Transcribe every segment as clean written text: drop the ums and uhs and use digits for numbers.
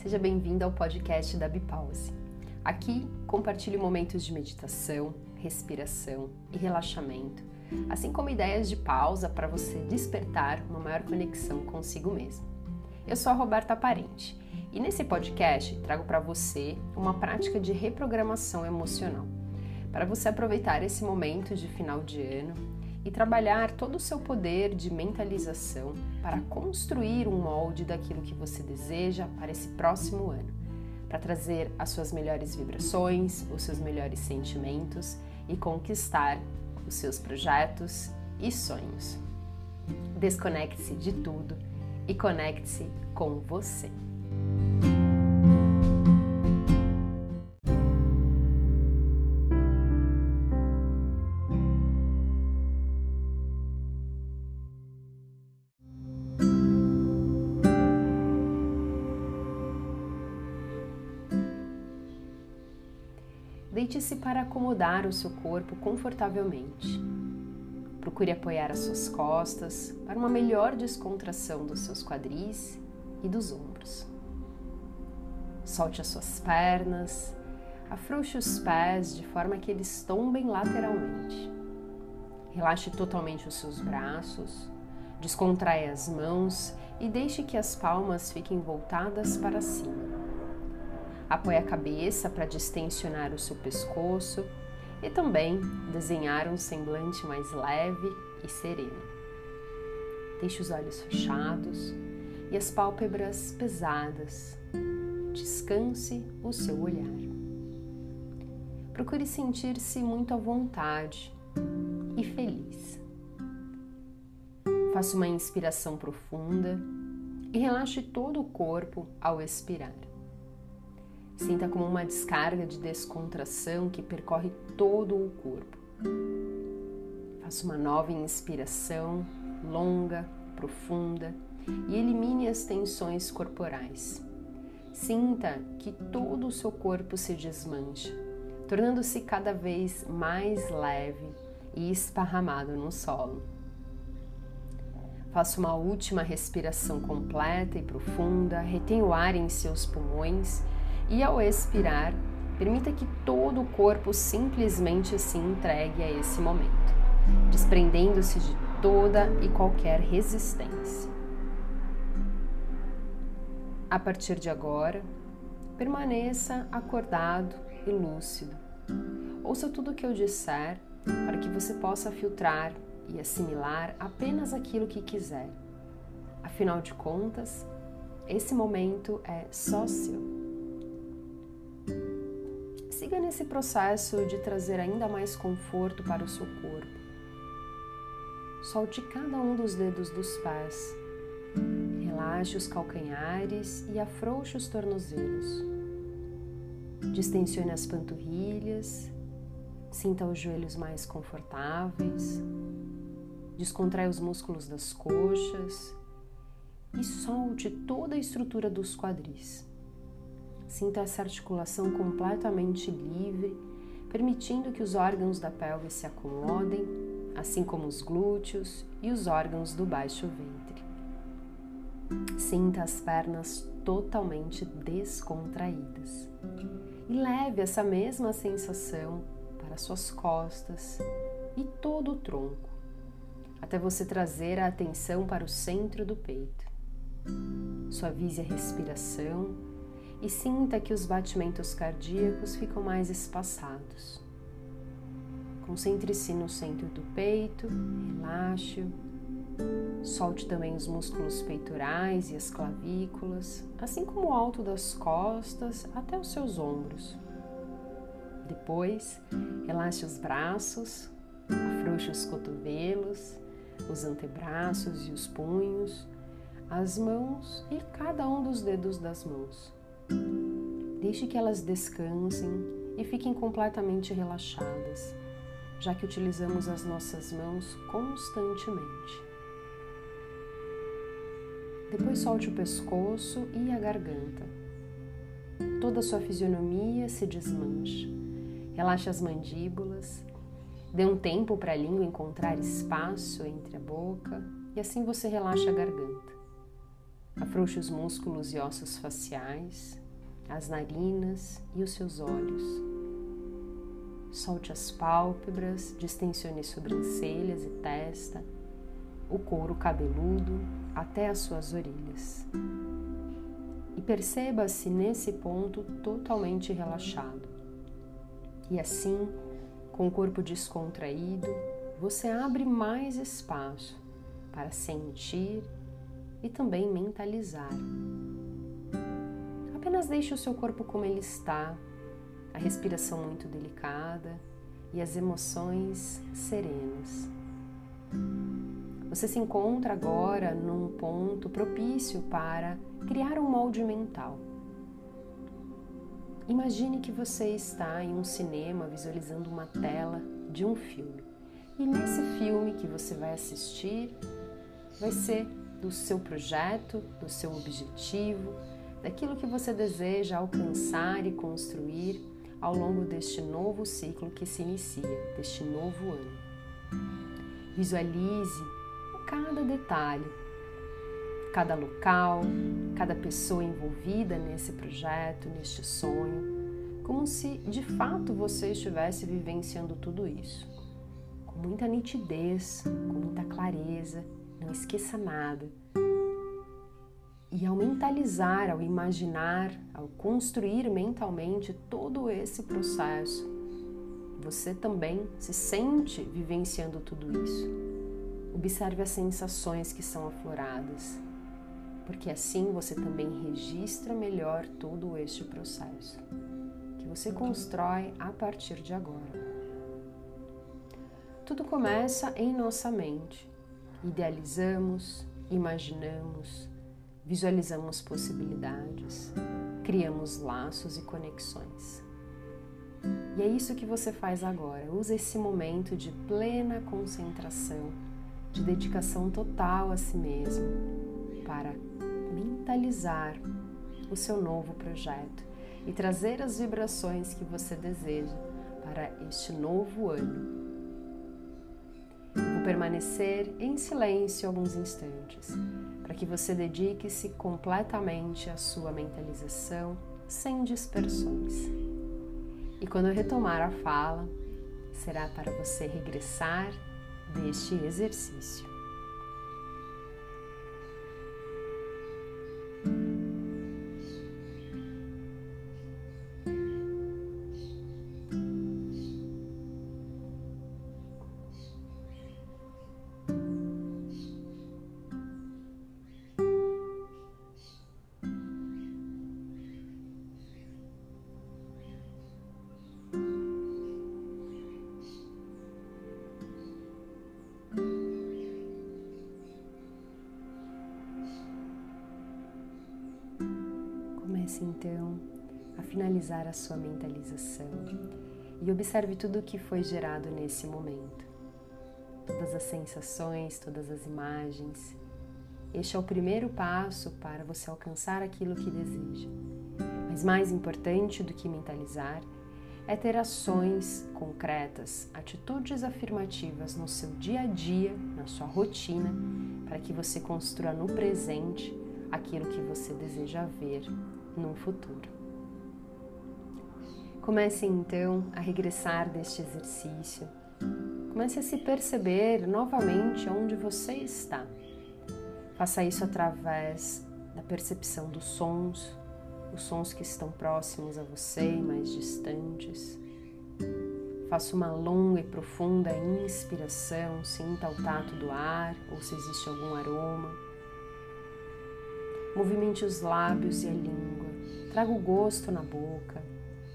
Seja bem-vindo ao podcast da Bipause. Aqui compartilho momentos de meditação, respiração e relaxamento, assim como ideias de pausa para você despertar uma maior conexão consigo mesmo. Eu sou a Roberta Parente e nesse podcast trago para você uma prática de reprogramação emocional, para você aproveitar esse momento de final de ano e trabalhar todo o seu poder de mentalização para construir um molde daquilo que você deseja para esse próximo ano, para trazer as suas melhores vibrações, os seus melhores sentimentos e conquistar os seus projetos e sonhos. Desconecte-se de tudo e conecte-se com você. Deite-se para acomodar o seu corpo confortavelmente. Procure apoiar as suas costas para uma melhor descontração dos seus quadris e dos ombros. Solte as suas pernas, afrouxe os pés de forma que eles tombem lateralmente. Relaxe totalmente os seus braços, descontraia as mãos e deixe que as palmas fiquem voltadas para cima. Apoie a cabeça para distensionar o seu pescoço e também desenhar um semblante mais leve e sereno. Deixe os olhos fechados e as pálpebras pesadas. Descanse o seu olhar. Procure sentir-se muito à vontade e feliz. Faça uma inspiração profunda e relaxe todo o corpo ao expirar. Sinta como uma descarga de descontração que percorre todo o corpo. Faça uma nova inspiração, longa, profunda, e elimine as tensões corporais. Sinta que todo o seu corpo se desmancha, tornando-se cada vez mais leve e esparramado no solo. Faça uma última respiração completa e profunda, retenha o ar em seus pulmões e ao expirar, permita que todo o corpo simplesmente se entregue a esse momento, desprendendo-se de toda e qualquer resistência. A partir de agora, permaneça acordado e lúcido. Ouça tudo o que eu disser para que você possa filtrar e assimilar apenas aquilo que quiser. Afinal de contas, esse momento é só seu. Siga nesse processo de trazer ainda mais conforto para o seu corpo. Solte cada um dos dedos dos pés. Relaxe os calcanhares e afrouxe os tornozelos. Distensione as panturrilhas. Sinta os joelhos mais confortáveis. Descontraia os músculos das coxas. E solte toda a estrutura dos quadris. Sinta essa articulação completamente livre, permitindo que os órgãos da pelve se acomodem, assim como os glúteos e os órgãos do baixo ventre. Sinta as pernas totalmente descontraídas e leve essa mesma sensação para suas costas e todo o tronco, até você trazer a atenção para o centro do peito. Suavize a respiração e sinta que os batimentos cardíacos ficam mais espaçados. Concentre-se no centro do peito, relaxe-o. Solte também os músculos peitorais e as clavículas, assim como o alto das costas até os seus ombros. Depois, relaxe os braços, afrouxe os cotovelos, os antebraços e os punhos, as mãos e cada um dos dedos das mãos. Deixe que elas descansem e fiquem completamente relaxadas, já que utilizamos as nossas mãos constantemente. Depois solte o pescoço e a garganta. Toda a sua fisionomia se desmancha. Relaxe as mandíbulas. Dê um tempo para a língua encontrar espaço entre a boca e assim você relaxa a garganta. Afrouxe os músculos e ossos faciais, as narinas e os seus olhos. Solte as pálpebras, distensione sobrancelhas e testa, o couro cabeludo até as suas orelhas. E perceba-se nesse ponto totalmente relaxado. E assim, com o corpo descontraído, você abre mais espaço para sentir e também mentalizar. Apenas deixe o seu corpo como ele está, a respiração muito delicada e as emoções serenas. Você se encontra agora num ponto propício para criar um molde mental. Imagine que você está em um cinema visualizando uma tela de um filme. E nesse filme que você vai assistir, vai ser do seu projeto, do seu objetivo, daquilo que você deseja alcançar e construir ao longo deste novo ciclo que se inicia, deste novo ano. Visualize cada detalhe, cada local, cada pessoa envolvida nesse projeto, neste sonho, como se de fato você estivesse vivenciando tudo isso, com muita nitidez, com muita clareza. Não esqueça nada. E ao mentalizar, ao imaginar, ao construir mentalmente todo esse processo, você também se sente vivenciando tudo isso. Observe as sensações que são afloradas, porque assim você também registra melhor todo este processo, que você constrói a partir de agora. Tudo começa em nossa mente. Idealizamos, imaginamos, visualizamos possibilidades, criamos laços e conexões. E é isso que você faz agora. Usa esse momento de plena concentração, de dedicação total a si mesmo, para mentalizar o seu novo projeto e trazer as vibrações que você deseja para este novo ano. Vou permanecer em silêncio alguns instantes, para que você dedique-se completamente à sua mentalização, sem dispersões. E quando eu retomar a fala, será para você regressar deste exercício. Comece então a finalizar a sua mentalização e observe tudo o que foi gerado nesse momento. Todas as sensações, todas as imagens. Este é o primeiro passo para você alcançar aquilo que deseja. Mas mais importante do que mentalizar é ter ações concretas, atitudes afirmativas no seu dia a dia, na sua rotina, para que você construa no presente aquilo que você deseja ver no futuro. Comece então a regressar deste exercício. Comece a se perceber novamente onde você está. Faça isso através da percepção dos sons, os sons que estão próximos a você e mais distantes. Faça uma longa e profunda inspiração, sinta o tato do ar ou se existe algum aroma. Movimente os lábios e a língua, traga o gosto na boca.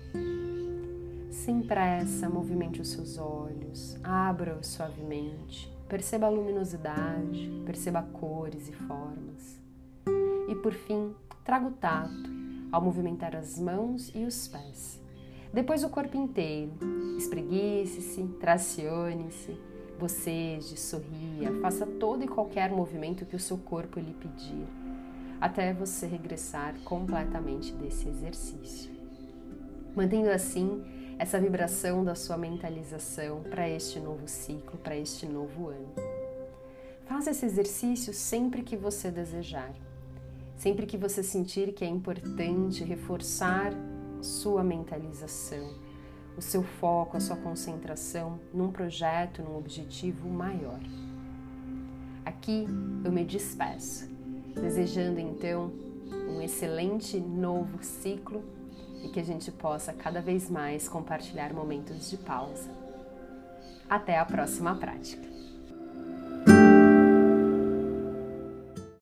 Sem pressa, movimente os seus olhos, abra-os suavemente, perceba a luminosidade, perceba cores e formas. E por fim, traga o tato ao movimentar as mãos e os pés. Depois o corpo inteiro, espreguice-se, tracione-se, boceje, sorria, faça todo e qualquer movimento que o seu corpo lhe pedir, até você regressar completamente desse exercício. Mantendo assim essa vibração da sua mentalização para este novo ciclo, para este novo ano. Faça esse exercício sempre que você desejar. Sempre que você sentir que é importante reforçar sua mentalização, o seu foco, a sua concentração num projeto, num objetivo maior. Aqui eu me despeço, desejando então um excelente novo ciclo e que a gente possa cada vez mais compartilhar momentos de pausa. Até a próxima prática!